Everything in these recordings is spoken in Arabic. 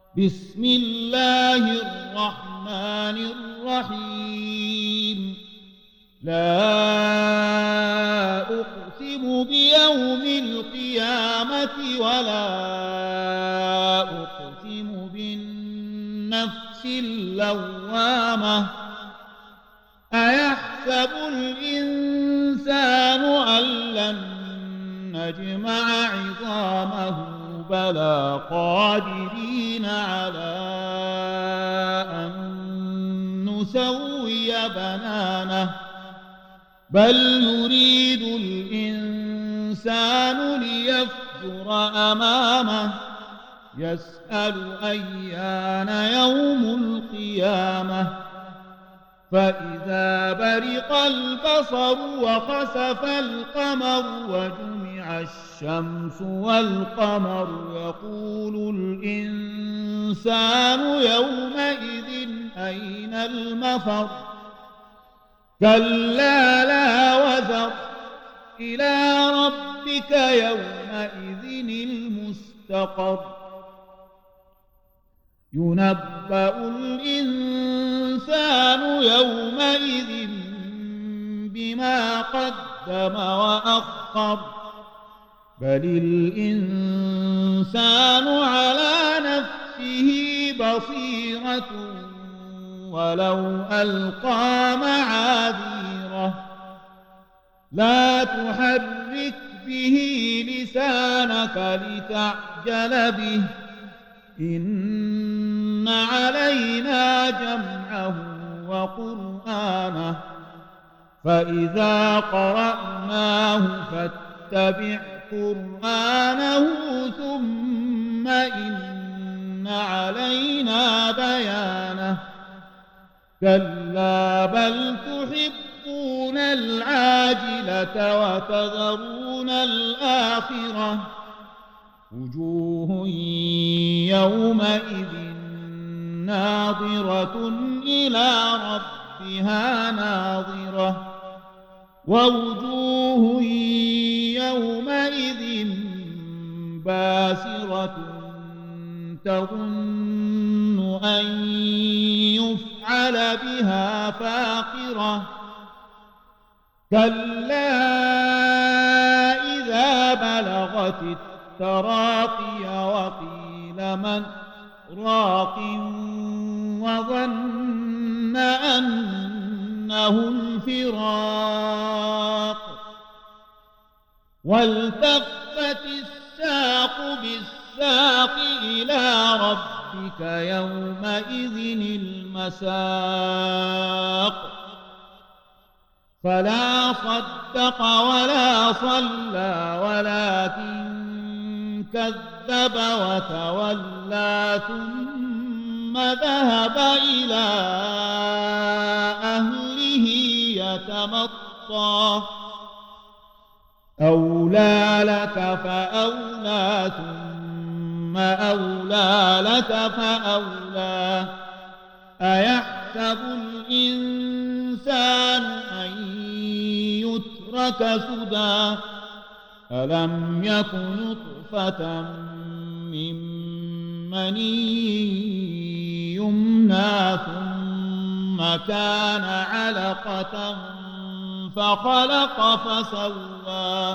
بسم الله الرحمن الرحيم لا أقسم بيوم القيامة ولا أقسم بالنفس اللوامة أيحسب الإنسان أن لن نجمع عظامه بلى قادرين على أن نسوي بنانه بل يريد الإنسان ليفجر أمامه يسأل أيان يوم القيامة فإذا برق البصر وخسف القمر وجمع الشمس والقمر يقول الإنسان يومئذ أين المفر كلا لا وزر إلى ربك يومئذ المستقر ينبأ الإنسان يومئذ بما قدم وأخر بل الإنسان على نفسه بصيرة ولو ألقى معاذيره لا تحرك به لسانك لتعجل به إن علينا جمعه وقرآنه فإذا قرأناه فاتبع قرآنه ثم إن علينا بيانه كلا بل تحبون العاجلة وتذرون الآخرة وجوه يومئذ ناظرة إلى ربها ناظرة ووجوه يومئذ باسرة تظن أن يفعل بها فاقرة كلا إذا بلغت التراقي وقيل من راق وظن أنه الفراق والتفت الساق بالساق إلى ربك يومئذ المساق فلا صدق ولا صلى ولكن كذب وتولى ثم ذهب إلى أهله يتمطى أولى لك فأولى ثم أولى لك فأولى أيحسب الإنسان أن يترك سدى ألم يك نطفة من مني يمنى ثم كان علقة فخلق فسوى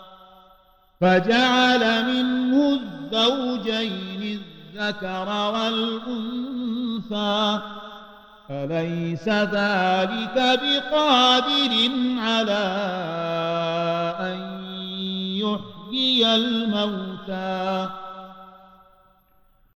فجعل منه الزوجين الذكر والأنثى أليس ذلك بقادر على أن يحيي الموتى